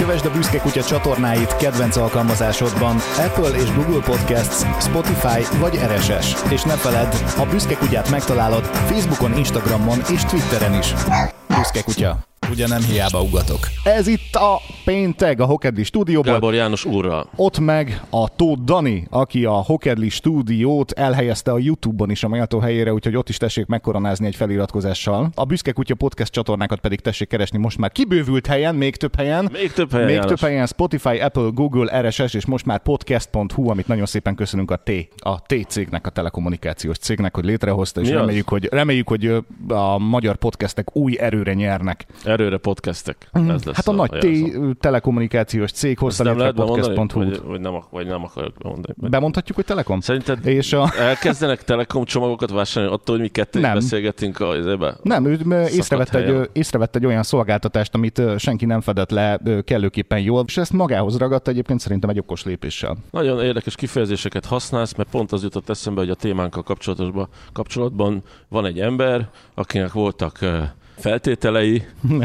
Kövesd a Büszke Kutya csatornáit kedvenc alkalmazásodban, Apple és Google Podcasts, Spotify vagy RSS. És ne feledd, a Büszke Kutyát megtalálod Facebookon, Instagramon és Twitteren is. Büszke Kutya. Ugye nem hiába ugatok. Ez itt a péntek a Hokedli stúdióban. Gábor János úrral. Ott meg a Tóth Dani, aki a Hokedli stúdiót elhelyezte a YouTube-on is a méltó helyére, úgyhogy ott is tessék megkoronázni egy feliratkozással. A Büszke Kutya podcast csatornákat pedig tessék keresni most már kibővült helyen, még több helyen. Még több helyen, Spotify, Apple, Google, RSS és most már podcast.hu, amit nagyon szépen köszönünk a T cégnek, a telekommunikációs cégnek, hogy létrehozta, és reméljük, hogy a magyar podcastek új erőre nyernek. Erőre podcastek. Hát a nagy T telekommunikációs cég hozta létre podcast.hu. Vagy nem akarok bemondani. Bemondhatjuk, hogy Telekom? Szerinted elkezdenek Telekom csomagokat vásárolni attól, hogy mi ketten beszélgetünk az ebbe? Nem, ő észrevett egy olyan szolgáltatást, amit senki nem fedett le kellőképpen jól, és ezt magához ragadta egyébként szerintem egy okos lépéssel. Nagyon érdekes kifejezéseket használsz, mert pont az jutott eszembe, hogy a témánkkal kapcsolatban van egy ember, akinek voltak feltételei,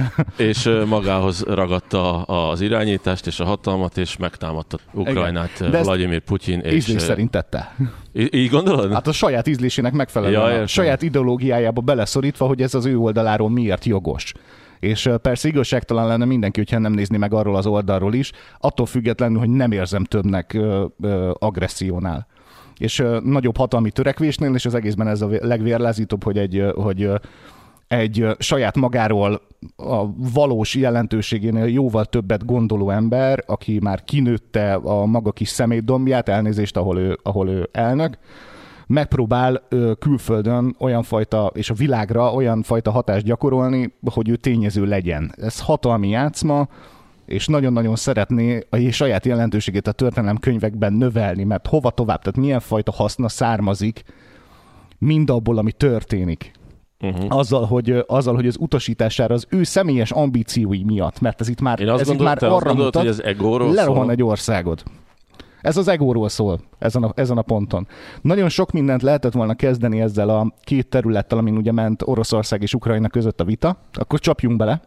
és magához ragadta az irányítást és a hatalmat, és megtámadta Ukrajnát Vladimir Putyin. Ízlés szerint tette. Így gondolod? Hát a saját ízlésének megfelelően, a saját ideológiájába beleszorítva, hogy ez az ő oldaláról miért jogos. És persze igazságtalan lenne mindenki, hogyha nem nézni meg arról az oldalról is, attól függetlenül, hogy nem érzem többnek agressziónál. És nagyobb hatalmi törekvésnél, és az egészben ez a legvérlázítóbb, hogy egy saját magáról a valós jelentőségénél jóval többet gondoló ember, aki már kinőtte a maga kis szemétdombját, elnézést, ahol ő elnök, megpróbál külföldön olyan fajta, és a világra olyan fajta hatást gyakorolni, hogy ő tényező legyen. Ez hatalmi játszma, és nagyon-nagyon szeretné a saját jelentőségét a történelemkönyvekben növelni, mert hova tovább, tehát milyen fajta haszna származik mindabból, ami történik. Azzal, hogy az utasítására az ő személyes ambíciói miatt, mert ez itt már, arra mutat, hogy az egóról lerohan szól? Egy országod. Ez az egóról szól ezen a ponton. Nagyon sok mindent lehetett volna kezdeni ezzel a két területtel, amin ugye ment Oroszország és Ukrajna között a vita. Akkor csapjunk bele.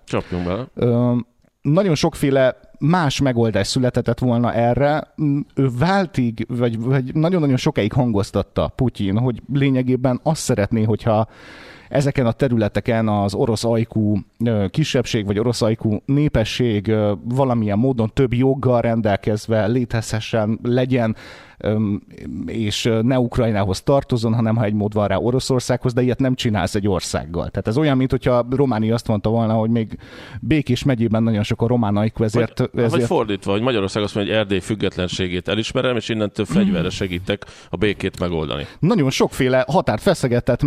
Nagyon sokféle más megoldás született volna erre. Ő váltig, vagy nagyon-nagyon sokáig hangoztatta Putyin, hogy lényegében azt szeretné, hogyha ezeken a területeken az orosz ajkú kisebbség, vagy orosz ajkú népesség valamilyen módon több joggal rendelkezve létezhessen, legyen, és ne Ukrajnához tartozzon, hanem ha egy mód van rá Oroszországhoz, de ilyet nem csinálsz egy országgal. Tehát ez olyan, mintha Románia azt mondta volna, hogy még Békés megyében nagyon sok a román ajkú, ezért... Vagy fordítva, hogy Magyarország azt mondja, hogy Erdély függetlenségét elismerem, és innentől fegyverre segítek a békét megoldani. Nagyon sokféle határt feszegetett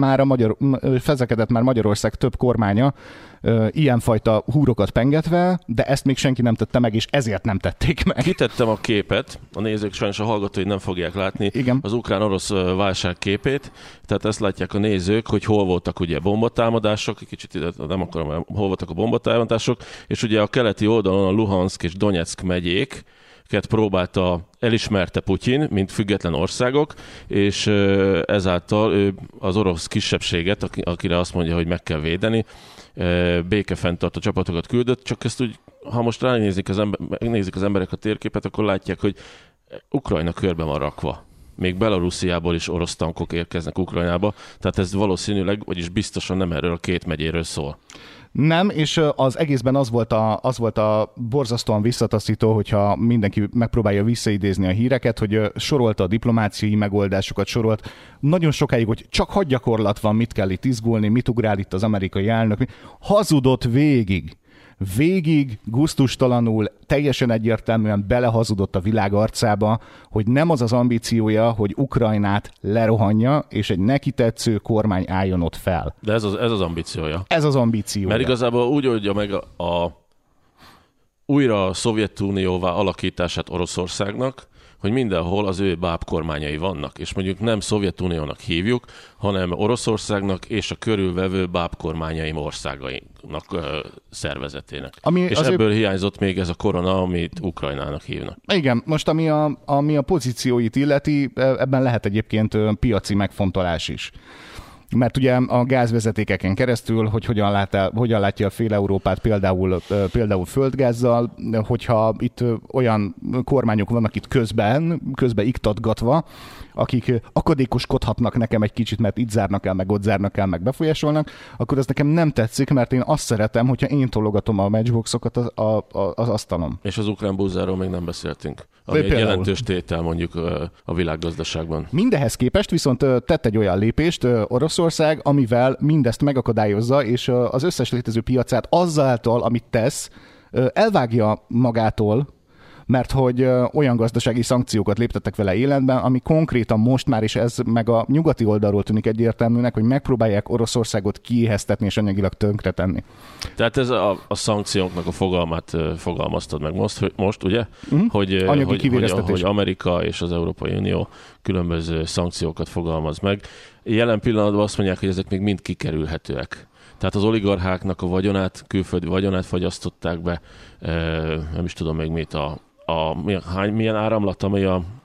már Magyarország több kormánya, ilyenfajta húrokat pengetve, de ezt még senki nem tette meg, és ezért nem tették meg. Kitettem a képet, a nézők sajnos a hallgatói nem fogják látni, igen. Az ukrán-orosz válság képét, tehát ezt látják a nézők, hogy hol voltak ugye bombatámadások, kicsit ide nem akarom, hol voltak a bombatámadások, és ugye a keleti oldalon a Luhanszk és Donyeck megyéket elismerte Putyin, mint független országok, és ezáltal ő az orosz kisebbséget, akire azt mondja, hogy meg kell védeni, békefenntartó csapatokat küldött, csak ezt úgy, ha most megnézik az emberek a térképet, akkor látják, hogy Ukrajna körben van rakva. Még Belarusziából is orosz tankok érkeznek Ukrajnába, tehát ez valószínűleg, vagyis biztosan nem erről a két megyéről szól. Nem, és az egészben az volt a borzasztóan visszataszító, hogyha mindenki megpróbálja visszaidézni a híreket, hogy sorolta a diplomáciai megoldásokat, sorolt nagyon sokáig, hogy csak hadgyakorlat van, mit kell itt izgulni, mit ugrál itt az amerikai elnök. Hazudott végig, gusztustalanul, teljesen egyértelműen belehazudott a világ arcába, hogy nem az az ambíciója, hogy Ukrajnát lerohanja, és egy neki tetsző kormány álljon ott fel. De ez az ambíciója. Ez az ambíciója. Mert igazából úgy oldja meg újra a Szovjetunióvá alakítását Oroszországnak, hogy mindenhol az ő bábkormányai vannak, és mondjuk nem Szovjetuniónak hívjuk, hanem Oroszországnak és a körülvevő bábkormányaim országainak szervezetének. És ebből hiányzott még ez a korona, amit Ukrajnának hívnak. Igen, most ami a pozícióit illeti, ebben lehet egyébként piaci megfontolás is. mert ugye a gázvezetékeken keresztül, hogy hogyan látja a fél Európát például földgázzal, hogyha itt olyan kormányok vannak itt közbe iktatgatva, akik akadékoskodhatnak nekem egy kicsit, mert itt zárnak el, meg ott zárnak el, meg befolyásolnak, akkor ez nekem nem tetszik, mert én azt szeretem, hogyha én tologatom a matchboxokat az asztalon. És az ukrán búzáról még nem beszéltünk. Ami egy jelentős tétel mondjuk a világgazdaságban. Mindehez képest viszont tett egy olyan lépést Oroszország, amivel mindezt megakadályozza, és az összes létező piacát azzáltal, amit tesz, elvágja magától, mert hogy olyan gazdasági szankciókat léptettek vele életben, ami konkrétan most már is ez meg a nyugati oldalról tűnik egyértelműnek, hogy megpróbálják Oroszországot kiéheztetni és anyagilag tönkretenni. Tehát ez a szankcióknak a fogalmát fogalmaztad meg most ugye? Hogy Amerika és az Európai Unió különböző szankciókat fogalmaz meg. Jelen pillanatban azt mondják, hogy ezek még mind kikerülhetőek. Tehát az oligarcháknak a vagyonát, külföldi vagyonát fagyasztották be, nem is tudom még mit, milyen áramlat, ami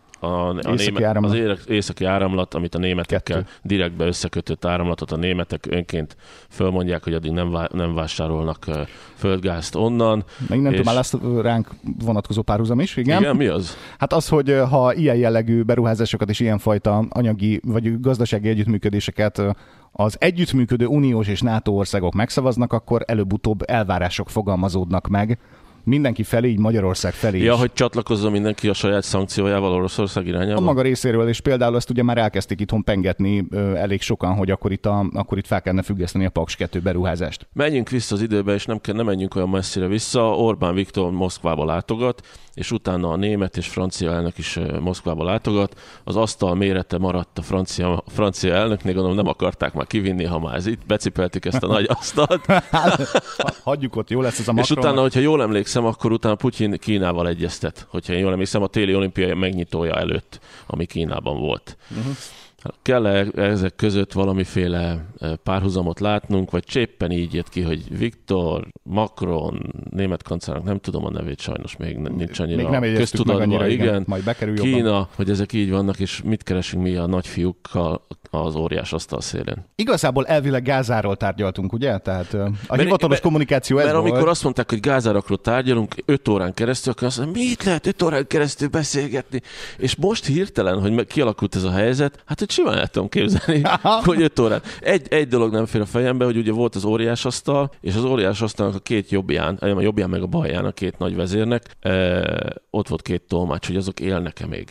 az északi áramlat, amit a németekkel direktbe összekötött áramlatot a németek önként fölmondják, hogy addig nem vásárolnak földgázt onnan. Még nem tudom, lesz ránk vonatkozó párhuzam is, igen? Igen, mi az? Hát az, hogy ha ilyen jellegű beruházásokat és ilyenfajta anyagi vagy gazdasági együttműködéseket az együttműködő uniós és NATO országok megszavaznak, akkor előbb-utóbb elvárások fogalmazódnak meg mindenki felé, így Magyarország felé is. Ja, hogy csatlakozzon mindenki a saját szankciójával Oroszország irányába? A maga részéről, és például ezt ugye már elkezdték itthon pengetni elég sokan, hogy akkor itt fel kellene függeszteni a Paks 2 beruházást. Menjünk vissza az időbe, és nem menjünk olyan messzire vissza. Orbán Viktor Moszkvába látogat, és utána a német és francia elnök is Moszkvába látogat. Az asztal mérete maradt a francia elnöknél, gondolom nem akarták már kivinni, ha már itt becipelték ezt a nagy asztalt. Hagyjuk ott, jó lesz ez a Macron. És utána, hogyha jól emlékszem, akkor utána Putyin Kínával egyeztet. Hogyha én jól emlékszem, a téli olimpia megnyitója előtt, ami Kínában volt. Kell ezek között valamiféle párhuzamot látnunk, vagy cséppen így jött ki, hogy Viktor, Macron, német kancellárnak, nem tudom a nevét sajnos, még nincs annyira köztudatban, igen, majd bekerül Kína, jobban. hogy ezek így vannak, és mit keresünk mi a nagyfiúkkal az óriás asztal szélén. Igazából elvileg Gázáról tárgyaltunk, ugye? Tehát a hivatalos kommunikáció ez volt. Mert amikor azt mondták, hogy Gázárakról tárgyalunk 5 órán keresztül, akkor azt mondták, mit lehet 5 órán keresztül beszélgetni? És most hirtelen, hogy kialakult ez a helyzet, hát hogy simán el tudom képzelni, hogy 5 órán. Egy dolog nem fér a fejembe, hogy ugye volt az óriás asztal, és az óriás asztalnak a két jobbján, a jobbján meg a balján a két nagy vezérnek, ott volt két tolmács, hogy azok élnek-e még.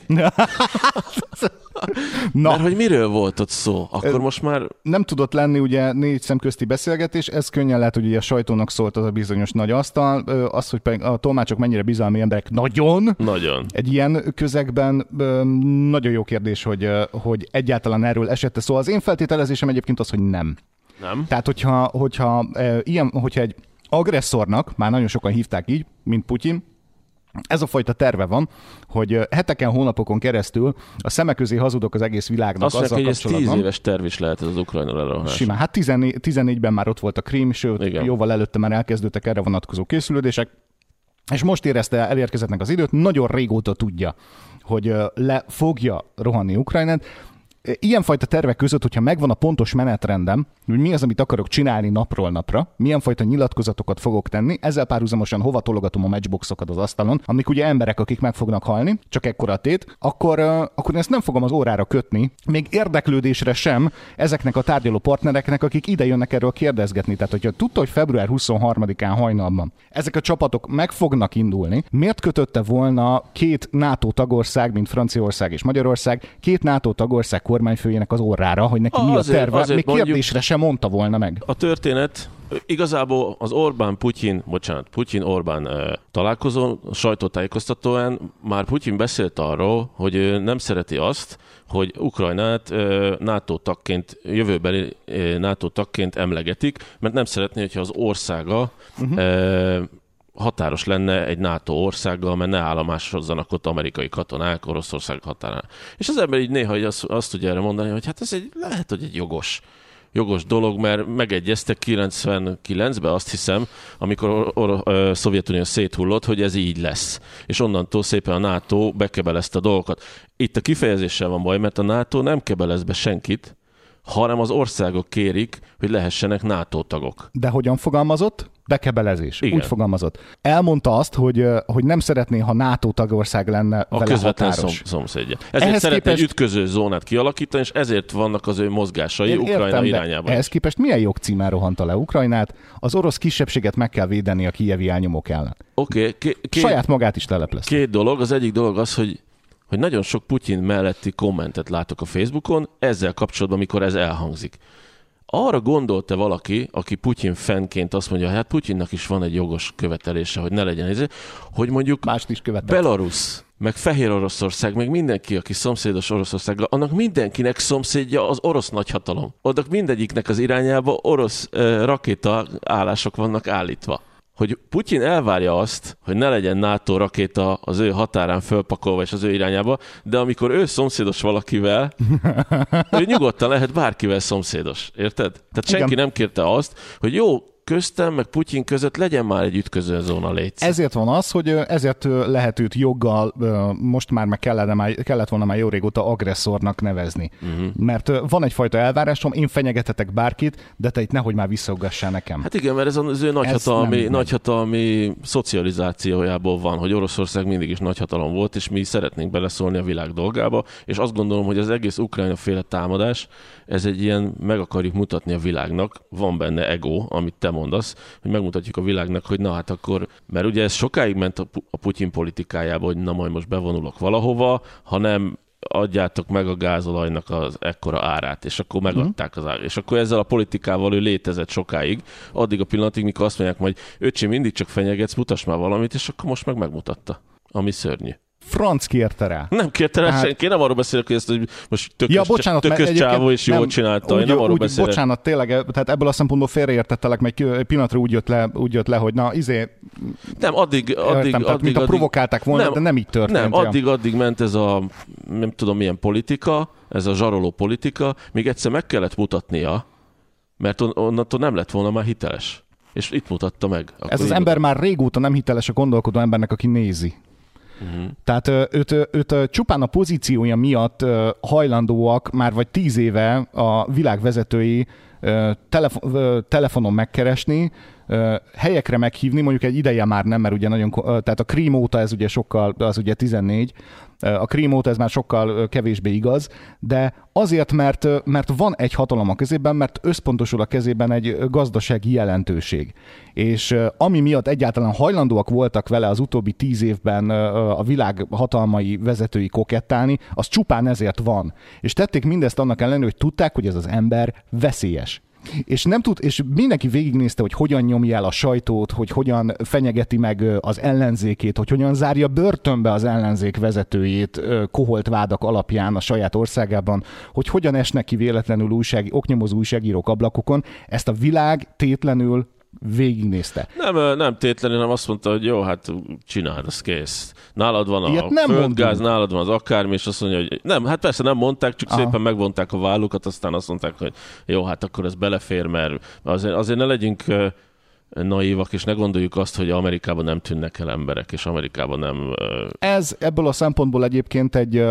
Na. Mert hogy miről volt ott szó? Akkor most már... Nem tudott lenni ugye 4 szemközti beszélgetés, ez könnyen lehet, hogy ugye a sajtónak szólt az a bizonyos nagy asztal, az, hogy a tolmácsok mennyire bizalmi emberek, nagyon. Egy ilyen közegben nagyon jó kérdés, hogy egyáltalán erről esette szó. Az én feltételezésem egyébként az, hogy nem. Nem? Tehát, hogyha egy agresszornak, már nagyon sokan hívták így, mint Putyin, ez a fajta terve van, hogy heteken, hónapokon keresztül a szemek közé hazudok az egész világnak azzal kapcsolatban. Azt mondják, hogy ez 10 éves terv is lehet ez az Ukrajna lerohanás. Simán. Hát 14-ben már ott volt a Krím, sőt, igen, jóval előtte már elkezdődtek erre vonatkozó készülődések, és most elérkezettnek az időt, nagyon régóta tudja, hogy le fogja rohanni Ukrajnát. Ilyenfajta tervek között, hogyha megvan a pontos menetrendem, hogy mi az, amit akarok csinálni napról napra, milyen fajta nyilatkozatokat fogok tenni, ezzel párhuzamosan hova tologatom a matchboxokat az asztalon, amik ugye emberek, akik meg fognak halni, csak ekkora tét, akkor ezt nem fogom az órára kötni, még érdeklődésre sem ezeknek a tárgyaló partnereknek, akik ide jönnek erről kérdezgetni. Tehát, hogyha tudta, hogy február 23-án hajnalban ezek a csapatok meg fognak indulni, miért kötötte volna 2 NATO tagország, mint Franciaország és Magyarország, 2 NATO tagország kormányfőjének az orrára, hogy neki mi a terve, még kérdésre sem mondta volna meg. A történet igazából az Putyin-Orbán találkozón, sajtótájékoztatóan már Putyin beszélt arról, hogy ő nem szereti azt, hogy Ukrajnát NATO tagként, jövőbeli NATO tagként emlegetik, mert nem szeretné, hogyha az országa határos lenne egy NATO országgal, mert ne állomásozzanak ott amerikai katonák Oroszország határán. És az ember így néha azt tudja erre mondani, hogy hát ez lehet, hogy egy jogos dolog, mert megegyeztek 99-ben, azt hiszem, amikor a Szovjetunió széthullott, hogy ez így lesz. És onnantól szépen a NATO bekebelezte a dolgokat. Itt a kifejezéssel van baj, mert a NATO nem kebelez be senkit, hanem az országok kérik, hogy lehessenek NATO tagok. De hogyan fogalmazott? Bekebelezés. Igen. Úgy fogalmazott. Elmondta azt, hogy nem szeretné, ha NATO tagország lenne a vele közvetlen határos. Szomszédja. Ezért szeretne egy ütköző zónát kialakítani, és ezért vannak az ő mozgásai Ukrajna irányában. Ehhez képest milyen jogcímmel rohanta le Ukrajnát? Az orosz kisebbséget meg kell védeni a kijevi elnyomók ellen. Okay, saját magát is leleplez. Két dolog. Az egyik dolog az, hogy nagyon sok Putyin melletti kommentet látok a Facebookon, ezzel kapcsolatban, amikor ez elhangzik. Arra gondolta valaki, aki Putyin fennként azt mondja, hát Putyinnak is van egy jogos követelése, hogy ne legyen ez, hogy mondjuk Belarus, meg Fehér Oroszország, meg mindenki, aki szomszédos Oroszországgal, annak mindenkinek szomszédja az orosz nagyhatalom. Oda mindegyiknek az irányába orosz rakéta állások vannak állítva. Hogy Putyin elvárja azt, hogy ne legyen NATO rakéta az ő határán fölpakolva és az ő irányába, de amikor ő szomszédos valakivel, ő nyugodtan lehet bárkivel szomszédos. Érted? Tehát senki nem kérte azt, hogy jó, köztem, meg Putyin között legyen már egy ütköző zóna, létsz. Ezért van az, hogy ezért lehet őt joggal, most már meg kellett volna már jó régóta agresszornak nevezni. Mert van egyfajta elvárásom, én fenyegetetek bárkit, de te itt nehogy már visszaugassál nekem. Hát igen, mert ez az ő nagyhatalmi szocializációjából van, hogy Oroszország mindig is nagyhatalom volt, és mi szeretnénk beleszólni a világ dolgába, és azt gondolom, hogy az egész Ukrajna-féle támadás, ez egy ilyen, meg akarjuk mutatni a világnak, van benne ego, amit te mondasz, hogy megmutatjuk a világnak, hogy na hát akkor, mert ugye ez sokáig ment a Putyin politikájába, hogy na majd most bevonulok valahova, hanem adjátok meg a gázolajnak az ekkora árát, és akkor megadták az árát. És akkor ezzel a politikával ő létezett sokáig, addig a pillanatig, mikor azt mondják, hogy öcsém, mindig csak fenyegetsz, mutass már valamit, és akkor most meg megmutatta, ami szörnyű. Franc kérte rá. Nem kérte rá senki, nem arról beszélek, hogy ezt hogy most tökös csávó és jól csinálta. Nem arról beszélek. Bocsánat, tényleg, tehát ebből a szempontból félreértettelek, meg egy pillanatra úgy jött le, hogy na, nem, addig mint provokálták volna, de nem így történt. Nem, addig ment ez a, nem tudom milyen politika, ez a zsaroló politika, még egyszer meg kellett mutatnia, mert onnantól nem lett volna már hiteles. És itt mutatta meg. Ez az ember már régóta nem hiteles a gondolkodó embernek, aki nézi. Tehát őt csupán a pozíciója miatt hajlandóak már vagy 10 éve a világ vezetői telefonon megkeresni, helyekre meghívni, mondjuk egy ideje már nem, mert ugye nagyon, tehát a Krím óta ez ugye sokkal, az ugye 14, a Krím óta ez már sokkal kevésbé igaz, de azért, mert van egy hatalom a kezében, mert összpontosul a kezében egy gazdasági jelentőség. És ami miatt egyáltalán hajlandóak voltak vele az utóbbi 10 évben a világ hatalmai vezetői kokettálni, az csupán ezért van. És tették mindezt annak ellenére, hogy tudták, hogy ez az ember veszélyes. És mindenki végignézte, hogy hogyan nyomja el a sajtót, hogy hogyan fenyegeti meg az ellenzékét, hogy hogyan zárja börtönbe az ellenzék vezetőjét koholt vádak alapján a saját országában, hogy hogyan esnek ki véletlenül oknyomozó újságírók ablakokon. Ezt a világ tétlenül végignézte. Nem tétlenül, hanem azt mondta, hogy jó, hát csináld, az kész. Nálad van a földgáz, nálad van az akármi, és azt mondja, hogy nem, hát persze nem mondták, csak szépen megvonták a vállukat, aztán azt mondták, hogy jó, hát akkor ez belefér, mert azért ne legyünk naívak, és ne gondoljuk azt, hogy Amerikában nem tűnnek el emberek, és Amerikában nem... Ez ebből a szempontból egyébként egy...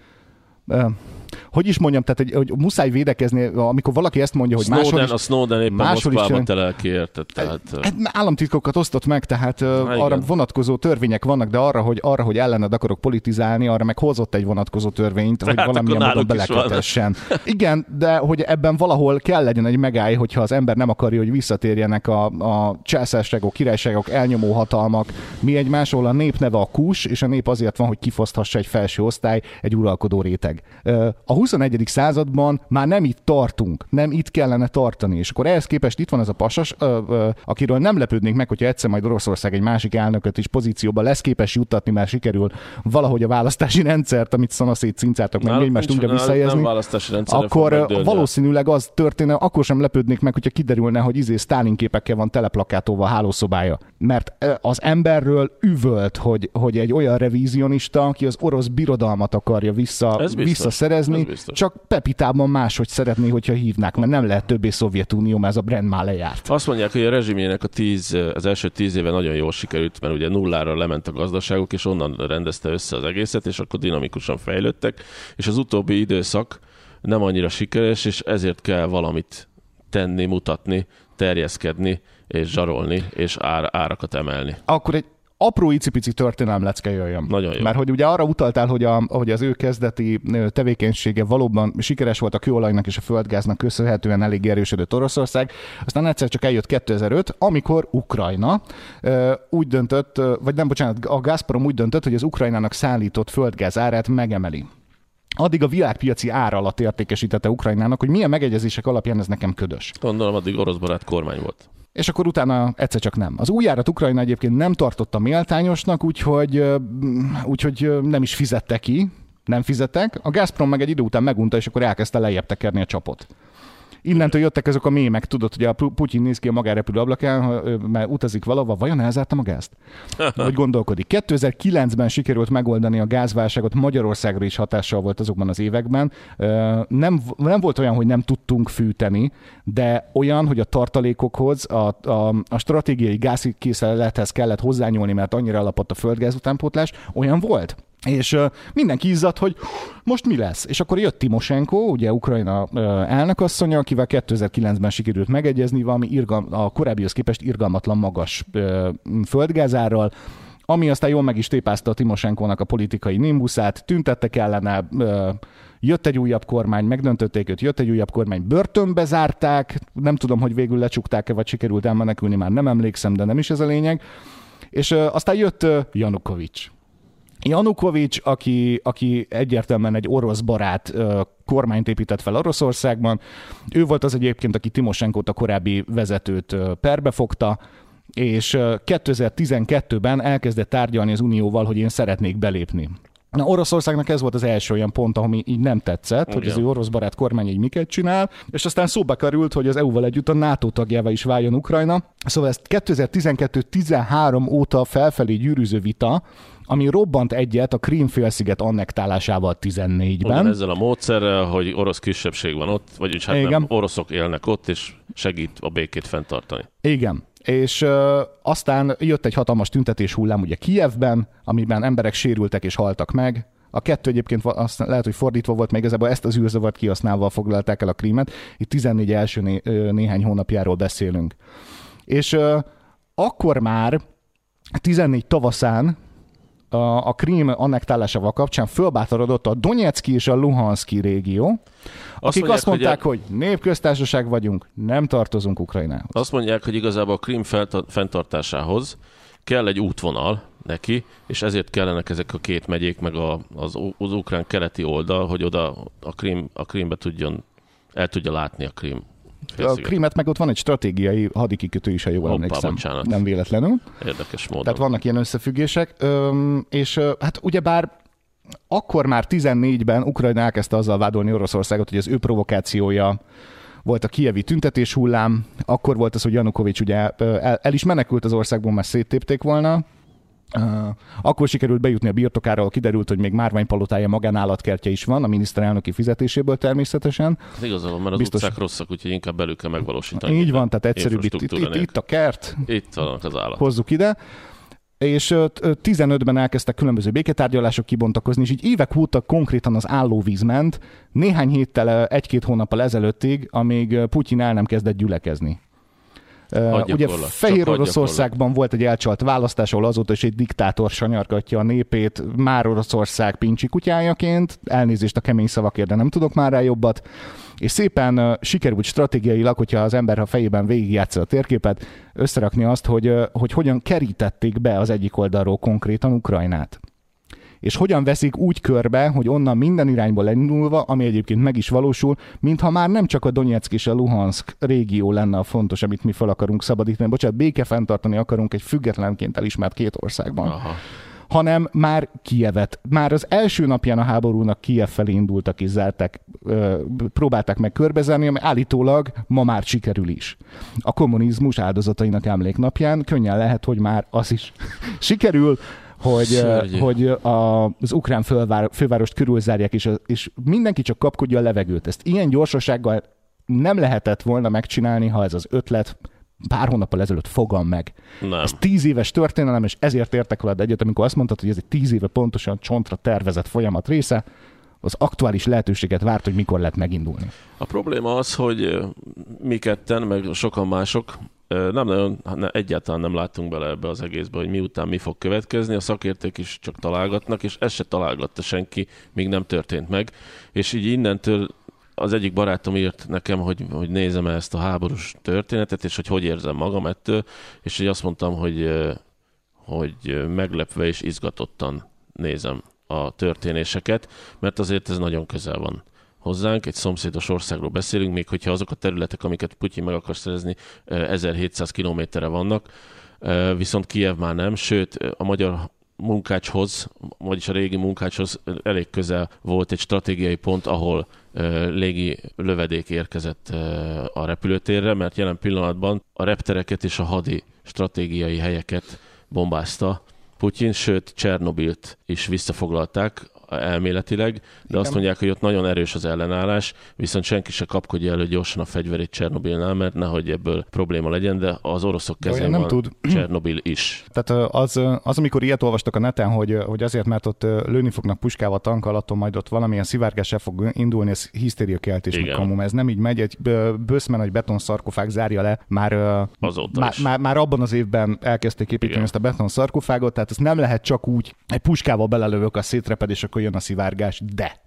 hogy is mondjam, tehát hogy muszáj védekezni, amikor valaki ezt mondja, hogy a Snowden éppen Moszkvába telel ki, érted? Államtitkokat osztott meg, tehát arra vonatkozó törvények vannak, de arra, hogy ellened akarok politizálni, arra meg hozott egy vonatkozó törvényt, hogy valamilyen módon belekötessen. Igen, de hogy ebben valahol kell legyen egy megáll, hogyha az ember nem akarja, hogy visszatérjenek a császárságok, királyságok, elnyomó hatalmak, mi egymásról, a nép neve a kús, és a nép azért van, hogy kifoszthassa egy felső osztály, egy uralkodó réteg. A 21. században már nem itt tartunk, nem itt kellene tartani, és akkor ehhez képest itt van ez a pasas, akiről nem lepődnék meg, hogyha egyszer majd Oroszország egy másik elnököt is pozícióba lesz képes juttatni, mert sikerül valahogy a választási rendszert, amit szanaszét cincáltak, meg egymást újra visszajelzni, akkor valószínűleg az történne, akkor sem lepődnék meg, hogyha kiderülne, hogy Sztálin képekkel van teleplakátolva a hálószobája. Mert az emberről üvölt, hogy egy olyan revizionista, aki az orosz birodalmat akarja visszaszerezni, csak Pepitában máshogy szeretné, hogyha hívnák, mert nem lehet többé Szovjetunió, mert ez a brand már lejárt. Azt mondják, hogy a rezsimjének az első 10 éve nagyon jól sikerült, mert ugye nullára lement a gazdaságuk, és onnan rendezte össze az egészet, és akkor dinamikusan fejlődtek, és az utóbbi időszak nem annyira sikeres, és ezért kell valamit tenni, mutatni, terjeszkedni, és zsarolni, és árakat emelni. Akkor egy apró icipici történelem lecke jöjjön. Nagyon jó. Mert hogy ugye arra utaltál, hogy az ő kezdeti tevékenysége valóban sikeres volt, a kőolajnak és a földgáznak köszönhetően elég erősödött Oroszország. Aztán egyszer csak eljött 2005, amikor Ukrajna úgy döntött, vagy nem, bocsánat, a Gazprom úgy döntött, hogy az Ukrajnának szállított földgáz árát megemeli. Addig a világpiaci ár alatt értékesítette Ukrajnának, hogy milyen megegyezések alapján ez nekem ködös. Gondolom, addig orosz barát kormány volt. És akkor utána egyszer csak nem. Az új árat Ukrajna egyébként nem tartotta méltányosnak, úgyhogy nem is fizette ki, nem fizettek. A Gazprom meg egy idő után megunta, és akkor elkezdte lejjebb tekerni a csapot. Innentől jöttek ezek a mémek, tudod, hogy a Putyin néz ki a magánrepülő ablakán, mert utazik valahova, vajon elzártam a gázt? Vagy gondolkodik. 2009-ben sikerült megoldani a gázválságot, Magyarországra is hatással volt azokban az években. Nem volt olyan, hogy nem tudtunk fűteni, de olyan, hogy a tartalékokhoz, a stratégiai gázkészlethez kellett hozzányúlni, mert annyira elapott a földgáz utánpótlás, olyan volt. És mindenki izzadt, hogy most mi lesz. És akkor jött Timosenko, ugye Ukrajna elnökasszonya, akivel 2009-ben sikerült megegyezni valami a korábbihoz képest irgalmatlan magas földgázárral, ami aztán jól meg is tépázta a Timosenkónak a politikai nimbuszát, tüntettek ellene, jött egy újabb kormány, megdöntötték őt, jött egy újabb kormány, börtönbe zárták, nem tudom, hogy végül lecsukták-e, vagy sikerült elmenekülni, már nem emlékszem, de nem is ez a lényeg. És aztán jött Janukovics, aki egyértelműen egy orosz barát kormányt épített fel Oroszországban. Ő volt az egyébként, aki Timosenkót, a korábbi vezetőt perbe fogta, és 2012-ben elkezdett tárgyalni az Unióval, hogy én szeretnék belépni. Na, Oroszországnak ez volt az első olyan pont, ami így nem tetszett, hogy az ő orosz barát kormány így miket csinál, és aztán szóba került, hogy az EU-val együtt a NATO tagjává is váljon Ukrajna. Szóval ez 2012-13 óta felfelé gyűrűző vita, ami robbant egyet a Krím-félsziget annektálásával 14-ben. Ezzel a módszerrel, hogy orosz kisebbség van ott, vagyis hát nem, oroszok élnek ott, és segít a békét fenntartani. Igen. És aztán jött egy hatalmas tüntetés hullám ugye Kijevben, amiben emberek sérültek és haltak meg. A kettő egyébként lehet, hogy fordítva volt, még igazából ezt az űrzavart kihasználva foglalták el a Krímet. Itt 14 első néhány hónapjáról beszélünk. És akkor már 14 tavaszán a Krím annektálásával kapcsán fölbátorodott a Donetszki és a Luhanszki régió, akik azt mondták, hogy népköztársaság vagyunk, nem tartozunk Ukrajnához. Azt mondják, hogy igazából a Krím fenntartásához kell egy útvonal neki, és ezért kellenek ezek a két megyék, meg az ukrán keleti oldal, hogy oda a Krímbe el tudja látni a Krím. A Krímet meg ott van egy stratégiai hadikikötő is, ha jól emlékszem. Bocsánat. Nem véletlenül. Érdekes módon. Tehát vannak ilyen összefüggések, és hát ugyebár akkor már 14-ben Ukrajna elkezdte azzal vádolni Oroszországot, hogy az ő provokációja volt a kijevi tüntetés hullám, akkor volt az, hogy Janukovics ugye el is menekült az országból, mert széttépték volna. Akkor sikerült bejutni a birtokára, ahol kiderült, hogy még márványpalotája, magánállatkertje is van, a miniszterelnöki fizetéséből természetesen. Ez igazolom, mert az utcák rosszak, úgyhogy inkább belül kell megvalósítani. Így van, tehát egyszerűbb itt a kert. Itt vannak az állatok. Hozzuk ide. És 15-ben elkezdtek különböző béketárgyalások kibontakozni, és így évek óta konkrétan az állóvíz ment, néhány héttel, egy-két hónappal ezelőttig, amíg Putyin el nem kezdett gyülekezni. Ugye Fehér Oroszországban volt egy elcsalt választás, ahol azóta is egy diktátor sanyargatja a népét, már Oroszország pincsi kutyájaként, elnézést a kemény szavakért, de nem tudok már rá jobbat, és szépen sikerült stratégiailag, hogyha az ember a fejében végigjátsza a térképet, összerakni azt, hogy hogyan kerítették be az egyik oldalról konkrétan Ukrajnát. És hogyan veszik úgy körbe, hogy onnan minden irányból elindulva, ami egyébként meg is valósul, mintha már nem csak a Donetszk és a Luhanszk régió lenne a fontos, amit mi fel akarunk szabadítani, békefenntartani akarunk egy függetlenként elismert két országban. Aha. Hanem már Kijevet. Már az első napján a háborúnak Kijev felé indultak és zárták, próbálták meg körbezárni, ami állítólag ma már sikerül is. A kommunizmus áldozatainak emléknapján könnyen lehet, hogy már az is sikerül, hogy az ukrán fővárost körülzárják, és mindenki csak kapkodja a levegőt. Ezt ilyen gyorsasággal nem lehetett volna megcsinálni, ha ez az ötlet pár hónappal ezelőtt fogam meg. Nem. Ez 10 éves történelem, és ezért értek veled egyet, amikor azt mondtad, hogy ez egy 10 éve pontosan csontra tervezett folyamat része, az aktuális lehetőséget várt, hogy mikor lehet megindulni? A probléma az, hogy mi ketten, meg sokan mások egyáltalán nem látunk bele ebbe az egészbe, hogy miután mi fog következni, a szakértők is csak találgatnak, és ezt se találgatta senki, míg nem történt meg. És így innentől az egyik barátom írt nekem, hogy nézem ezt a háborús történetet, és hogy érzem magam ettől, és így azt mondtam, hogy meglepve és izgatottan nézem a történéseket, mert azért ez nagyon közel van hozzánk, egy szomszédos országról beszélünk, még hogyha azok a területek, amiket Putyin meg akar szerezni, 1700 kilométerre vannak, viszont Kijev már nem, sőt a magyar Munkácshoz, vagyis a régi Munkácshoz elég közel volt egy stratégiai pont, ahol légi lövedék érkezett a repülőtérre, mert jelen pillanatban a reptereket és a hadi stratégiai helyeket bombázta Putyin, sőt Csernobilt is visszafoglalták elméletileg, de azt mondják, hogy ott nagyon erős az ellenállás, viszont senki se kapkodja elő gyorsan a fegyverét Csernobilnál, mert nehogy ebből probléma legyen, de az oroszok kezén van Csernobil is. Tehát az, amikor ilyet olvastak a neten, hogy azért, mert ott lőni fognak puskával, tankkal, attól majd ott valamilyen szivárgás el fog indulni, ez hisztériakeltés, meg kamum, ez nem így megy, egy böszmen, egy betonszarkofág zárja le, már abban az évben elkezdték építeni ezt a betonszarkofágot, tehát ezt nem lehet csak úgy, egy puskával belelövök, a szétreped, és akkor jön a szivárgás, de.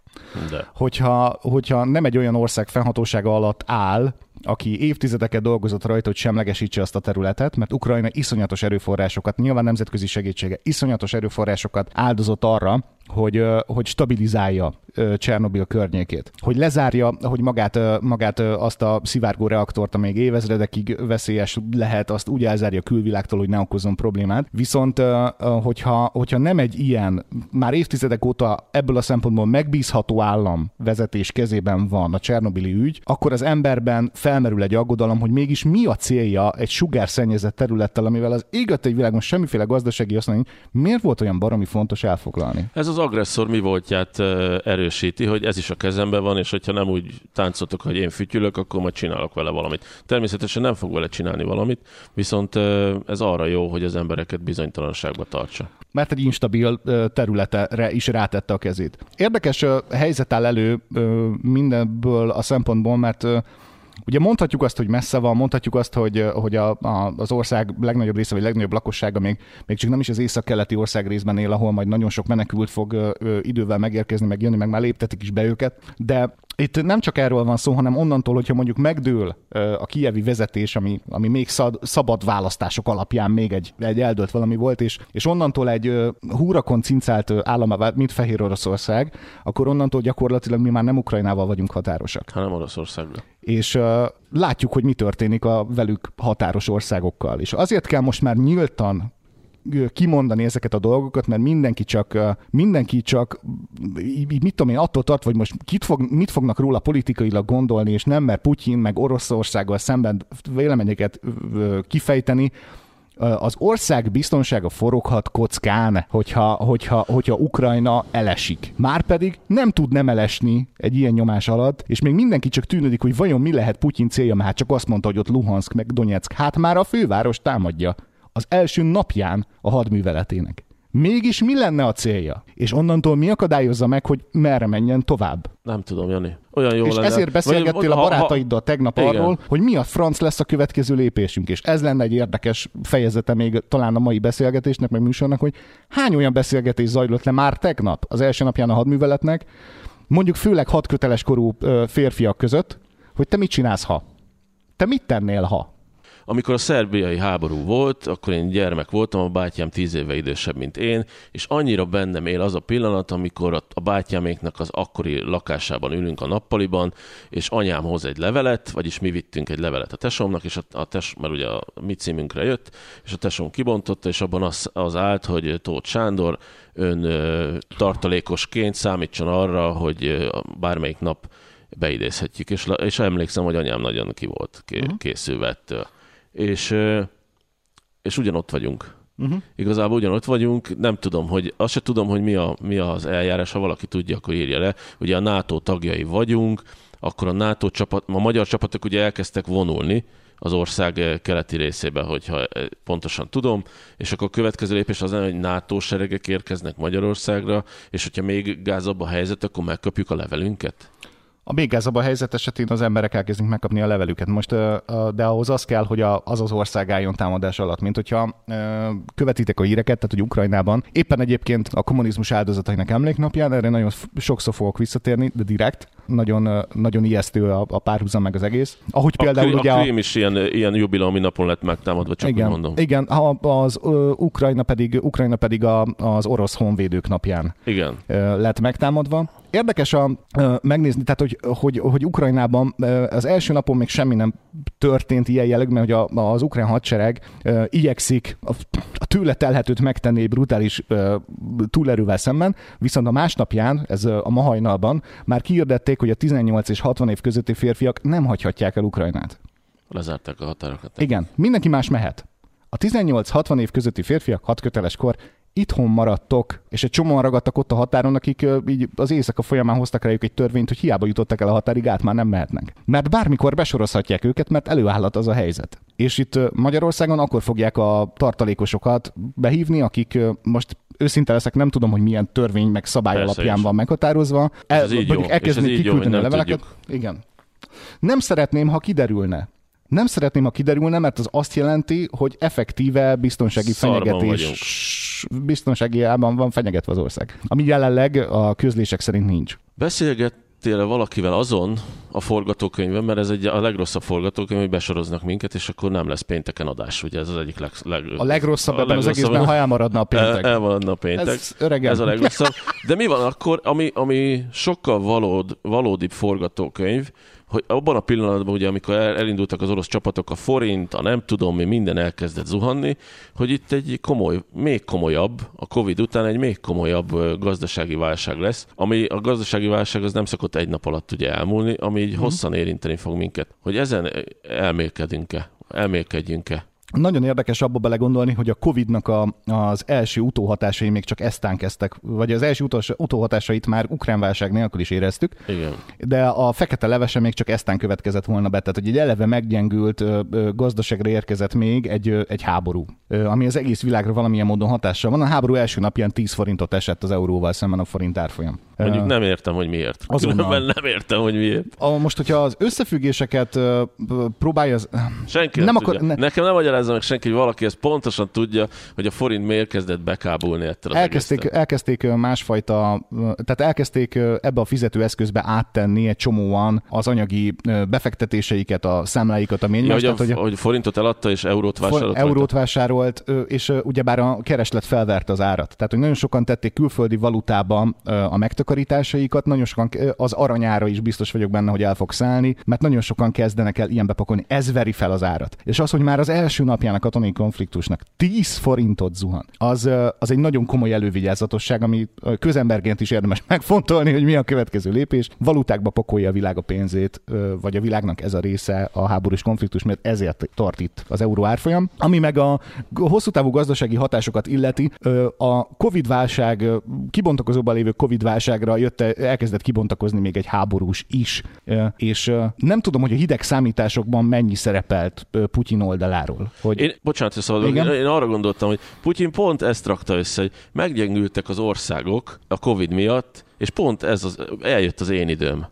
Hogyha nem egy olyan ország fennhatósága alatt áll, aki évtizedeket dolgozott rajta, hogy semlegesítse azt a területet, mert Ukrajna iszonyatos erőforrásokat, nyilván nemzetközi segítsége, iszonyatos erőforrásokat áldozott arra, hogy stabilizálja Csernobil környékét. Hogy lezárja, hogy magát azt a szivárgó reaktort, amíg évezredekig veszélyes lehet, azt úgy elzárja a külvilágtól, hogy ne okozzon problémát. Viszont hogyha nem egy ilyen, már évtizedek óta ebből a szempontból megbízható állam vezetés kezében van a csernobili ügy, akkor az emberben felmerül egy aggodalom, hogy mégis mi a célja egy sugárszennyezett területtel, amivel az ég világon semmiféle gazdasági haszna, miért volt olyan baromi fontos elfoglalni? Ez az agresszor mi voltját erősíti, hogy ez is a kezemben van, és hogyha nem úgy táncoltok, hogy én fütyülök, akkor majd csinálok vele valamit. Természetesen nem fog vele csinálni valamit, viszont ez arra jó, hogy az embereket bizonytalanságba tartsa. Mert egy instabil területre is rátette a kezét. Érdekes helyzet áll elő mindenből a szempontból, mert ugye mondhatjuk azt, hogy messze van, mondhatjuk azt, hogy az ország legnagyobb része, vagy legnagyobb lakossága még csak nem is az észak-keleti ország részben él, ahol majd nagyon sok menekült fog idővel megérkezni, meg jönni, meg már léptetik is be őket. De itt nem csak erről van szó, hanem onnantól, hogyha mondjuk megdől a kijevi vezetés, ami még szabad választások alapján még egy eldőlt valami volt, és onnantól egy húrakon cincált államá vált, mint Fehér Oroszország, akkor onnantól gyakorlatilag mi már nem Ukrajnával vagyunk határosak. Hanem Oroszországra. És látjuk, hogy mi történik a velük határos országokkal. És azért kell most már nyíltan kimondani ezeket a dolgokat, mert mindenki csak mit tudom én, attól tart, hogy most mit fognak róla politikailag gondolni, és nem mer Putyin meg Oroszországgal szemben véleményeket kifejteni. Az ország biztonsága foroghat kockán, hogyha Ukrajna elesik. Márpedig nem tud nem elesni egy ilyen nyomás alatt, és még mindenki csak tűnődik, hogy vajon mi lehet Putyin célja, mert hát csak azt mondta, hogy ott Luhanszk meg Donyeck. Hát már a főváros támadja az első napján a hadműveletének. Mégis mi lenne a célja? És onnantól mi akadályozza meg, hogy merre menjen tovább? Nem tudom, Jani. Olyan jó és lenne. Ezért beszélgettél a barátaiddal tegnap arról, hogy mi a franc lesz a következő lépésünk. És ez lenne egy érdekes fejezete még talán a mai beszélgetésnek, meg műsornak, hogy hány olyan beszélgetés zajlott le már tegnap az első napján a hadműveletnek, mondjuk főleg hadköteles korú férfiak között, hogy te mit csinálsz, ha? Te mit tennél, ha? Amikor a szerbiai háború volt, akkor én gyermek voltam, a bátyám 10 éve idősebb, mint én, és annyira bennem él az a pillanat, amikor a bátyáméknak az akkori lakásában ülünk a nappaliban, és anyám hoz egy levelet, vagyis mi vittünk egy levelet a tesómnak, és mert ugye a mi címünkre jött, és a tesóm kibontotta, és abban az állt, hogy Tóth Sándor ön tartalékosként számítson arra, hogy bármelyik nap beidézhetjük, és emlékszem, hogy anyám nagyon ki volt készülve ettől. És ugyanott vagyunk. Igazából ugyanott vagyunk, nem tudom, azt se tudom, hogy mi az eljárás, ha valaki tudja, akkor írja le. Ugye a NATO tagjai vagyunk, akkor a NATO a magyar csapatok ugye elkezdtek vonulni az ország keleti részébe, hogyha pontosan tudom, és akkor a következő lépés az nem, hogy NATO seregek érkeznek Magyarországra, és hogyha még gázabb a helyzet, akkor megkapjuk a levelünket? A még gázabb a helyzet esetén az emberek elkezdik megkapni a levelüket. Most, de ahhoz az kell, hogy az ország álljon támadás alatt. Mint hogyha követitek a híreket, tehát hogy Ukrajnában éppen egyébként a kommunizmus áldozatainak emléknapján, erre nagyon sokszor fogok visszatérni, de direkt. Nagyon, nagyon ijesztő a párhuzam meg az egész. Ahogy például a Krím is ilyen jubileumi napon lett megtámadva, csak igen, úgy mondom. Igen, az Ukrajna pedig az orosz honvédők napján lett megtámadva. Érdekes megnézni, tehát hogy Ukrajnában az első napon még semmi nem történt ilyen jellegű, mert hogy az ukrán hadsereg igyekszik a tőle telhetőt megtenni egy brutális túlerővel szemben, viszont a másnapján, ez a ma hajnalban, már kihirdették, hogy a 18 és 60 év közötti férfiak nem hagyhatják el Ukrajnát. Lezárták a határokat. Igen, mindenki más mehet. A 18-60 év közötti férfiak 6 köteles kor itthon maradtok, és egy csomóan ragadtak ott a határon, akik így az éjszaka folyamán hoztak rájuk egy törvényt, hogy hiába jutottak el a határig, át már nem mehetnek. Mert bármikor besorozhatják őket, mert előállhat az a helyzet. És itt Magyarországon akkor fogják a tartalékosokat behívni, akik most őszinte leszek, nem tudom, hogy milyen törvény meg szabály alapján van meghatározva. Mondjuk elkezdeni kiküldeni a leveleket. Igen. Nem szeretném, ha kiderülne. Mert az azt jelenti, hogy effektíve biztonsági fenyegetés, biztonságiában van fenyegetve az ország. Ami jelenleg a közlések szerint nincs. Beszélgettél valakivel azon a forgatókönyvben, mert ez a legrosszabb forgatókönyv, hogy besoroznak minket, és akkor nem lesz pénteken adás. Ugye ez az egyik a legrosszabb ebben az egészben, ha elmaradna a péntek. Elmaradna a péntek. Ez a legrosszabb. De mi van akkor, ami sokkal valódibb forgatókönyv, hogy abban a pillanatban, ugye, amikor elindultak az orosz csapatok, a forint, nem tudom mi, minden elkezdett zuhanni, hogy itt egy még komolyabb, a Covid után egy még komolyabb gazdasági válság lesz, ami a gazdasági válság az nem szokott egy nap alatt ugye elmúlni, ami így hosszan érinteni fog minket. Hogy ezen elmélkedjünk-e? Nagyon érdekes abba belegondolni, hogy a Covid-nak az első utóhatásai még csak eztán kezdtek, vagy az első utóhatásait már ukrán válság nélkül is éreztük, igen. De a fekete levese még csak eztán következett volna be. Tehát, hogy egy eleve meggyengült gazdaságra érkezett még egy háború, ami az egész világra valamilyen módon hatással van. A háború első napján 10 forintot esett az euróval szemben a forint árfolyam. Mondjuk nem értem, hogy miért. Nem értem, hogy miért. Most, hogyha az összefüggéseket próbálja... Senki nem tudja. Nekem nem magyarázza meg senki, hogy valaki ezt pontosan tudja, hogy a forint miért kezdett bekábulni ettől az elkezdték másfajta... Tehát elkezdték ebbe a fizetőeszközbe áttenni egy csomóan az anyagi befektetéseiket, a számláikat, ami egymás. Hogy forintot eladta és eurót vásárolt. És ugyebár a kereslet felverte az árat. Tehát, hogy nagyon sokan tették külföldi valutában a megtakarításaikat, nagyon sokan az aranyára is biztos vagyok benne, hogy el fog szállni, mert nagyon sokan kezdenek el ilyen bepakolni. Ez veri fel az árat. És az, hogy már az első napján a katonai konfliktusnak 10 forintot zuhan, az egy nagyon komoly elővigyázatosság, ami közemberként is érdemes megfontolni, hogy mi a következő lépés. Valutákba pakolja a világ a pénzét, vagy a világnak ez a része a háborús konfliktus, mert ezért tart itt az euró árfolyam. Ami meg a hosszú távú gazdasági hatásokat illeti, a Covid-válság, kibontakozóban lévő Covid-válságra elkezdett kibontakozni még egy háborús is, és nem tudom, hogy a hideg számításokban mennyi szerepelt Putyin oldaláról. Bocsánat, én arra gondoltam, hogy Putyin pont ezt rakta össze, hogy meggyengültek az országok a Covid miatt, és pont eljött az én időm.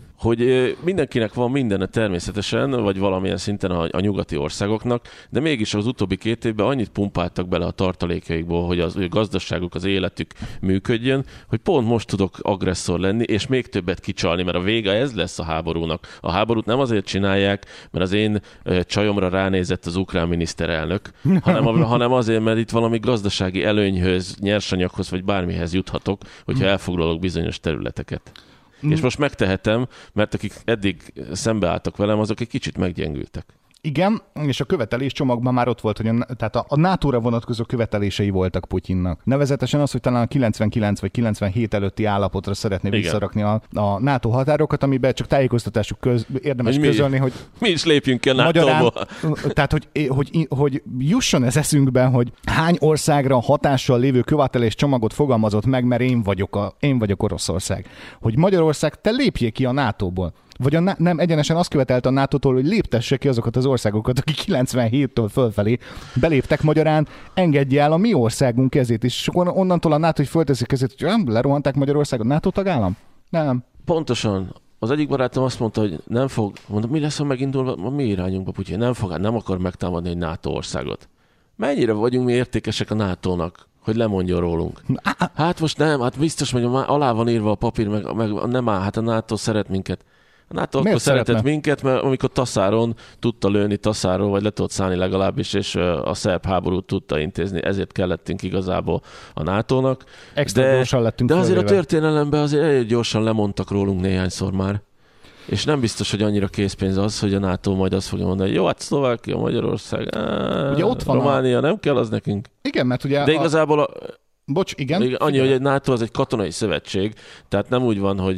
Hogy mindenkinek van mindene természetesen, vagy valamilyen szinten a nyugati országoknak, de mégis az utóbbi 2 évben annyit pumpáltak bele a tartalékaikból, hogy az ő gazdaságuk, az életük működjön, hogy pont most tudok agresszor lenni, és még többet kicsalni, mert a vége ez lesz a háborúnak. A háborút nem azért csinálják, mert az én csajomra ránézett az ukrán miniszterelnök, hanem azért, mert itt valami gazdasági előnyhöz, nyersanyaghoz, vagy bármihez juthatok, hogyha elfoglalok bizonyos területeket. És most megtehetem, mert akik eddig szembeálltak velem, azok egy kicsit meggyengültek. Igen, és a követelés csomagban már ott volt, hogy tehát a NATO-ra vonatkozó követelései voltak Putyinnak. Nevezetesen az, hogy talán a 99 vagy 97 előtti állapotra szeretné visszarakni a NATO határokat, amiben csak tájékoztatásuk érdemes közölni, hogy... Mi is lépjünk el NATO-ba. Tehát, hogy jusson ez eszünkben, hogy hány országra hatással lévő követelés csomagot fogalmazott meg, mert én vagyok Oroszország. Hogy Magyarország, te lépjél ki a NATO-ból. Vagy nem egyenesen azt követelte a NATO-tól, hogy léptesse ki azokat az országokat, akik 97-től fölfelé beléptek, magyarán engedje el a mi országunk kezét, és onnantól a NATO, hogy fölteszi kezét, hogy lerohanták Magyarországot, NATO tagállam? Nem. Pontosan. Az egyik barátom azt mondta, hogy nem fog, mondom, mi lesz, ha megindul a mi irányunkba Putyin? Nem akar megtámadni egy NATO országot. Mennyire vagyunk mi értékesek a NATO-nak, hogy lemondjon rólunk? Hát most nem, hát biztos, hogy alá van írva a papír, meg nem áll, hát a NATO szeret minket. A NATO akkor szeretett minket, mert amikor Taszáron tudta lőni Taszáról, vagy le tudott szállni legalábbis, és a szerb háborút tudta intézni, ezért kellettünk igazából a NATO-nak. De azért a történelemben azért gyorsan lemondtak rólunk néhányszor már. És nem biztos, hogy annyira készpénz az, hogy a NATO majd azt fogja mondani, hogy jó, hát Szlovákia, Magyarország, ugye ott van Románia, nem kell az nekünk. Igen, mert ugye... De igazából igen. Annyi, hogy egy NATO az egy katonai szövetség, tehát nem úgy van,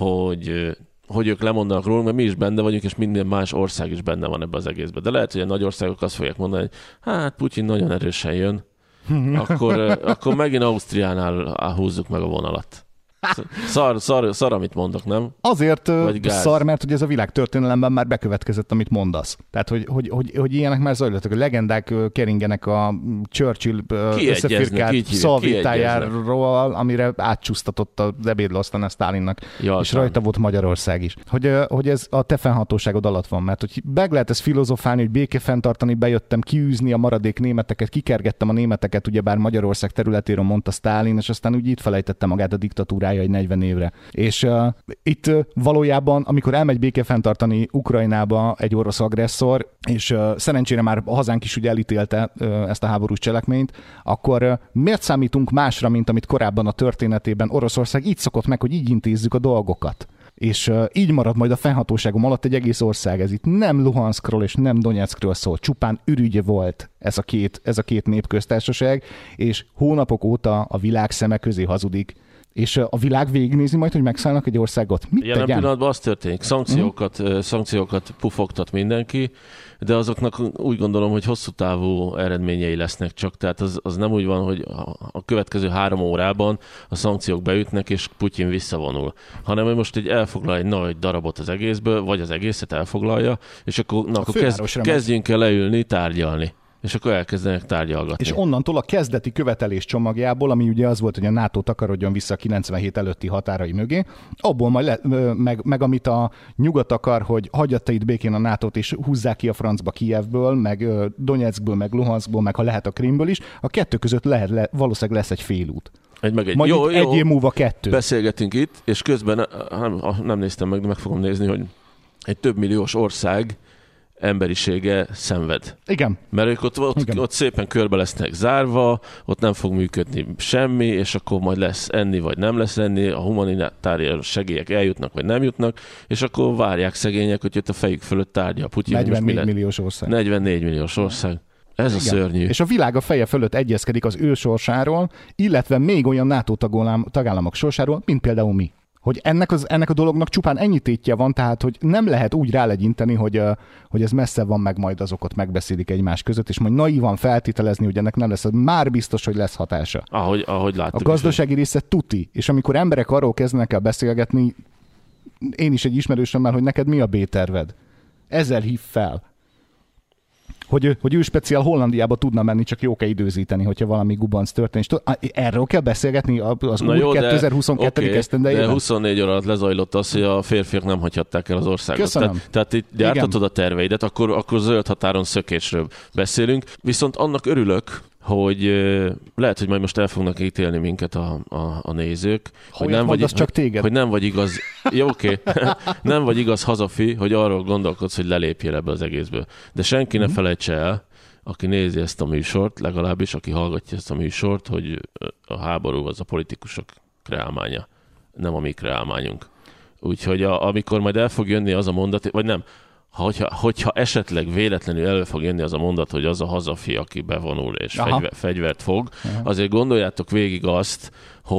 hogy ők lemondanak rólunk, mert mi is benne vagyunk, és minden más ország is benne van ebben az egészben. De lehet, hogy a nagy országok azt fogják mondani, hogy hát Putyin nagyon erősen jön, akkor megint Ausztriánál húzzuk meg a vonalat. Szar, amit mondok, nem? Azért szar, mert hogy ez a világtörténelemben már bekövetkezett, amit mondasz. Tehát, hogy ilyenek már zajlottak. A legendák keringenek a Churchill összefirkált szalvétájáról, amire átcsúsztatott a ebédlasztalán a Sztálinnak, és rajta volt Magyarország is. Hogy ez a te fennhatóságod alatt van, mert hogy meg lehet ezt filozofálni, hogy béke fenntartani, bejöttem kiűzni a maradék németeket, kikergettem a németeket, ugyebár Magyarország területéről, mondta Sztálin, és aztán úgy itt felejtette magát a diktatúrája egy 40 évre. És itt valójában, amikor elmegy béke fenntartani Ukrajnába egy orosz agresszor, és szerencsére már a hazánk is ugye elítélte ezt a háborús cselekményt, akkor miért számítunk másra, mint amit korábban a történetében Oroszország így szokott meg, hogy így intézzük a dolgokat? És így marad majd a fennhatóságom alatt egy egész ország. Ez itt nem Luhanskról és nem Donetskről szól, csupán ürügy volt ez a két népköztársaság, és hónapok óta a világ szeme közé hazudik. És a világ végignézi majd, hogy megszállnak egy országot. Mit jelen tegyen? pillanatban az történik. Szankciókat pufogtat mindenki, de azoknak úgy gondolom, hogy hosszú távú eredményei lesznek csak. Tehát az nem úgy van, hogy a következő 3 órában a szankciók beütnek, és Putyin visszavonul. Hanem hogy most elfoglal egy nagy darabot az egészből, vagy az egészet elfoglalja, és akkor kezdjünk el leülni, tárgyalni. És akkor elkezdenek tárgyalgatni. És onnantól a kezdeti követelés csomagjából, ami ugye az volt, hogy a NATO takarodjon vissza a 97 előtti határai mögé, abból majd meg amit a nyugat akar, hogy hagyja itt békén a NATO-t, és húzzák ki a francba Kijevből, meg Donetskből, meg Luhanskból, meg ha lehet a Krimből is, a kettő között valószínűleg lesz egy félút. Majd egy év múlva 2. Beszélgetünk itt, és közben nem néztem meg, de meg fogom nézni, hogy egy több milliós ország emberisége szenved. Igen. Mert ők ott szépen körbe lesznek zárva, ott nem fog működni semmi, és akkor majd lesz enni, vagy nem lesz enni, a humanitárius segélyek eljutnak, vagy nem jutnak, és akkor várják szegények, hogy ott a fejük fölött tárgyal. Putyin 44 milliós ország. 44 milliós ország. Ez a szörnyű. És a világ a feje fölött egyezkedik az ő sorsáról, illetve még olyan NATO tagállamok sorsáról, mint például mi. Hogy ennek a dolognak csupán ennyi tétje van, tehát hogy nem lehet úgy rálegyinteni, hogy ez messze van, meg majd azokat megbeszélik egymás között, és majd naívan feltételezni, hogy ennek nem lesz, már biztos, hogy lesz hatása. Ahogy láttuk. A gazdasági része tuti, és amikor emberek arról kezdenek el beszélgetni, én is egy ismerősömmel, hogy neked mi a B-terved? Ezzel hív fel. Hogy ő speciál Hollandiába tudna menni, csak jó kell időzíteni, hogyha valami gubanc történik. Erről kell beszélgetni az új 2022. esztendejében? De 24 óra alatt lezajlott az, hogy a férfiak nem hagyhatták el az országot. Köszönöm. Tehát itt gyártatod a terveidet, akkor zöld határon szökésről beszélünk. Viszont annak örülök, hogy lehet, hogy majd most el fognak ítélni minket a nézők, hogy nem vagy igaz, jó, oké. Nem vagy igaz hazafi, hogy arról gondolkodsz, hogy lelépjél ebbe az egészből. De senki ne felejtse el, aki nézi ezt a műsort, legalábbis aki hallgatja ezt a műsort, hogy a háború az a politikusok kreálmánya, nem a mi kreálmányunk. Úgyhogy amikor majd el fog jönni az a mondat, vagy nem, hogyha esetleg véletlenül elő fog jönni az a mondat, hogy az a hazafi, aki bevonul és fegyvert fog, azért gondoljátok végig azt,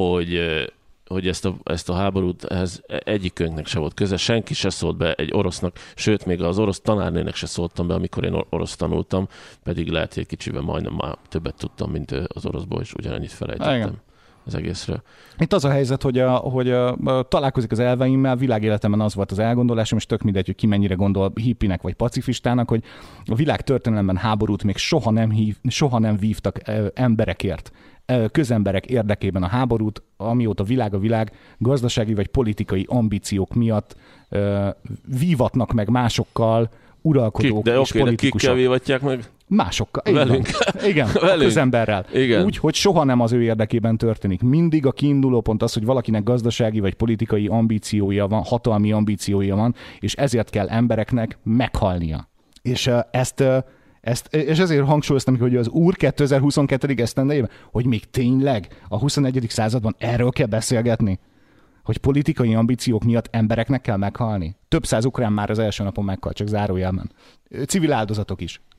hogy ezt a háborút egyikünknek se volt köze, senki se szólt be egy orosznak, sőt, még az orosz tanárnőnek se szóltam be, amikor én orosz tanultam, pedig lehet, hogy egy kicsivel majdnem már többet tudtam, mint az oroszból, és ugyanennyit felejtettem. az egészről. Itt az a helyzet, hogy találkozik az elveimmel, világéletemben az volt az elgondolásom, és tök mindegy, hogy ki mennyire gondol hippinek vagy pacifistának, hogy a világ történelemben háborút még soha nem vívtak emberekért, közemberek érdekében a háborút, amióta a világ gazdasági vagy politikai ambíciók miatt vívatnak meg másokkal, uralkodók és politikusok. De kikkel vívatják meg? Másokkal. Velünk. Igen, velünk. A közemberrel. Igen. Úgy, hogy soha nem az ő érdekében történik. Mindig a kiinduló pont az, hogy valakinek gazdasági vagy politikai ambíciója van, hatalmi ambíciója van, és ezért kell embereknek meghalnia. És és ezért hangsúlyoztam, hogy az Úr 2022. esztendejében, hogy még tényleg a 21. században erről kell beszélgetni, hogy politikai ambíciók miatt embereknek kell meghalni. Több száz ukrán már az első napon meghalt, csak zárójelben. Civil áldozatok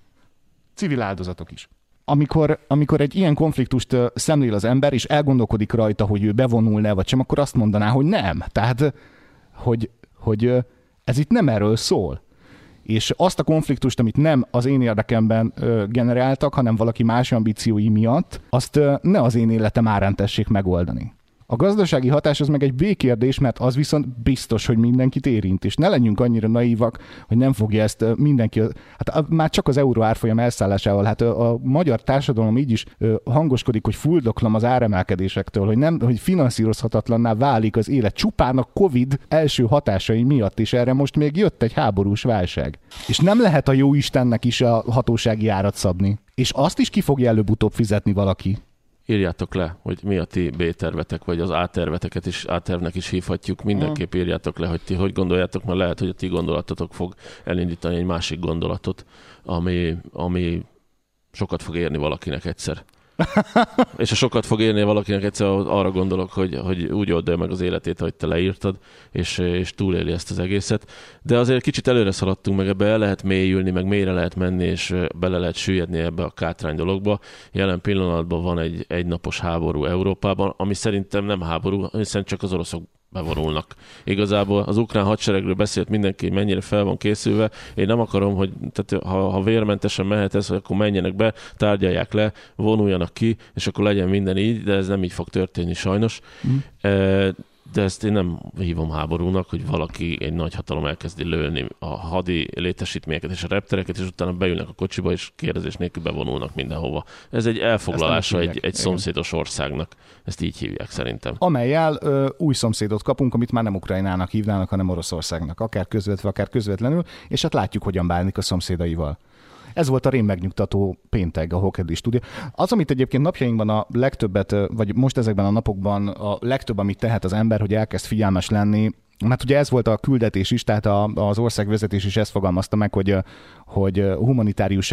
is. Amikor egy ilyen konfliktust szemlél az ember, és elgondolkodik rajta, hogy ő bevonulna vagy sem, akkor azt mondaná, hogy nem. Tehát, hogy ez itt nem erről szól. És azt a konfliktust, amit nem az én érdekemben generáltak, hanem valaki más ambíciói miatt, azt ne az én életem árán tessék megoldani. A gazdasági hatás az meg egy B-kérdés, mert az viszont biztos, hogy mindenkit érint, és ne legyünk annyira naívak, hogy nem fogja ezt mindenki... Hát már csak az euró árfolyam elszállásával, hát a magyar társadalom így is hangoskodik, hogy fuldoklom az áremelkedésektől, hogy finanszírozhatatlanná válik az élet csupán a Covid első hatásai miatt, és erre most még jött egy háborús válság. És nem lehet a jó Istennek is a hatósági árat szabni. És azt is ki fogja előbb-utóbb fizetni valaki. Írjátok le, hogy mi a ti B-tervetek, vagy az A-terveteket is A-tervnek is hívhatjuk. Mindenképp írjátok le, hogy ti hogy gondoljátok, mert lehet, hogy a ti gondolatotok fog elindítani egy másik gondolatot, ami sokat fog érni valakinek egyszer. És ha sokat fog érni valakinek egyszer, arra gondolok, hogy úgy oldja meg az életét, ahogy te leírtad, és túléli ezt az egészet. De azért kicsit előre szaladtunk, meg ebbe el lehet mélyülni, meg mélyre lehet menni, és bele lehet süllyedni ebbe a kátrány dologba. Jelen pillanatban van egy egynapos háború Európában, ami szerintem nem háború, hiszen csak az oroszok bevonulnak. Igazából az ukrán hadseregről beszélt mindenki, hogy mennyire fel van készülve. Én nem akarom, hogy tehát, ha vérmentesen mehet ez, akkor menjenek be, tárgyalják le, vonuljanak ki, és akkor legyen minden így, de ez nem így fog történni sajnos. De ezt én nem hívom háborúnak, hogy valaki, egy nagy hatalom elkezdi lőni a hadi létesítményeket és a reptereket, és utána beülnek a kocsiba, és kérdezés nélkül bevonulnak mindenhova. Ez egy elfoglalása egy szomszédos országnak. Ezt így hívják szerintem. Amellyel új szomszédot kapunk, amit már nem Ukrajnának hívnának, hanem Oroszországnak. Akár közvetve, akár közvetlenül, és hát látjuk, hogyan bánik a szomszédaival. Ez volt a rém megnyugtató péntek a Hawkedli stúdió. Az, amit egyébként napjainkban a legtöbbet, vagy most ezekben a napokban a legtöbb, amit tehet az ember, hogy elkezd figyelmes lenni, mert ugye ez volt a küldetés is, tehát az országvezetés is ezt fogalmazta meg, hogy humanitárius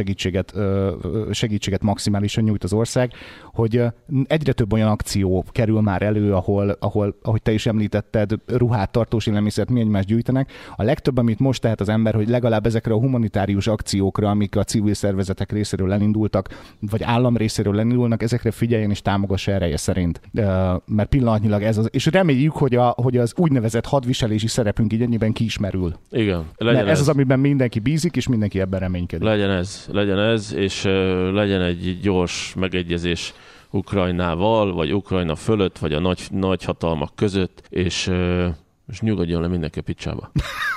segítséget maximálisan nyújt az ország, hogy egyre több olyan akció kerül már elő, ahol ahogy te is említetted, ruhát, tartós élelmiszert, mi egymást gyűjtenek. A legtöbb, amit most tehet az ember, hogy legalább ezekre a humanitárius akciókra, amik a civil szervezetek részéről elindultak, vagy állam részéről elindulnak, ezekre figyeljen és támogassa ereje szerint. Mert pillanatnyilag ez az, és reméljük, hogy az úgynevezett hadviselési szerepünk így ennyiben kiismerül. Igen. Legyen ez az, amiben mindenki bízik, és mindenki ebben reménykedik. Legyen ez, és legyen egy gyors megegyezés Ukrajnával, vagy Ukrajna fölött, vagy a nagy hatalmak között, és nyugodjon le mindenki a picsába.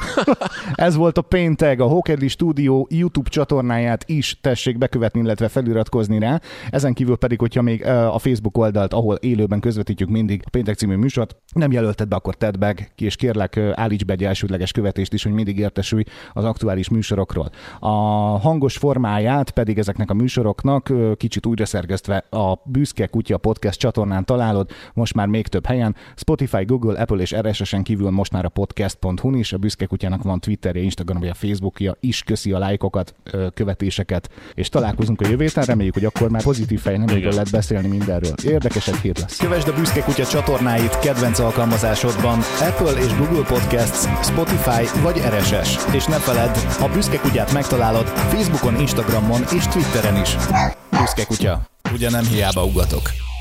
Ez volt a péntek, a Hawkedli stúdió YouTube csatornáját is tessék bekövetni, illetve feliratkozni rá. Ezen kívül pedig, hogyha még a Facebook oldalt, ahol élőben közvetítjük mindig a Péntek című műsort, nem jelölted be, akkor tedd be, és kérlek állíts be egy elsődleges követést is, hogy mindig értesülj az aktuális műsorokról. A hangos formáját pedig ezeknek a műsoroknak kicsit újra szerkesztve a Büszke Kutya Podcast csatornán találod, most már még több helyen, Spotify, Google, Apple és RSS-en kívül most már a podcast.hu-n is, a Büszke Kutyának van Twitterje, Instagramja, Facebookja is, köszi a lájkokat, követéseket, és találkozunk a jövő héten, reméljük, hogy akkor már pozitív fejleményről lehet beszélni mindenről. Érdekes egy hét lesz. Kövesd a Büszke Kutya csatornáit kedvenc alkalmazásodban, Apple és Google Podcasts, Spotify vagy RSS. És ne feledd, a Büszke Kutyát megtalálod Facebookon, Instagramon és Twitteren is. Büszke Kutya. Ugye nem hiába ugatok.